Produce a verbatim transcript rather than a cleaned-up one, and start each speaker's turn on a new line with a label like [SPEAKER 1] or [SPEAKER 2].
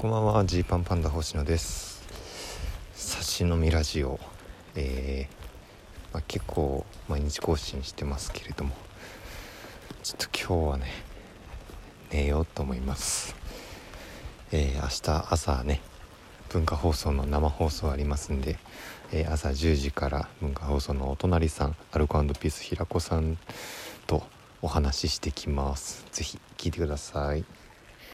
[SPEAKER 1] こんばんは、ジーパンパンダ星野です。差し飲みラジオ、えーまあ、結構毎日更新してますけれども、ちょっと今日はね寝ようと思います。えー、明日朝ね文化放送の生放送ありますんで、えー、朝じゅうじから文化放送のお隣さんアルコ&ピース平子さんとお話ししてきます。ぜひ聞いてください。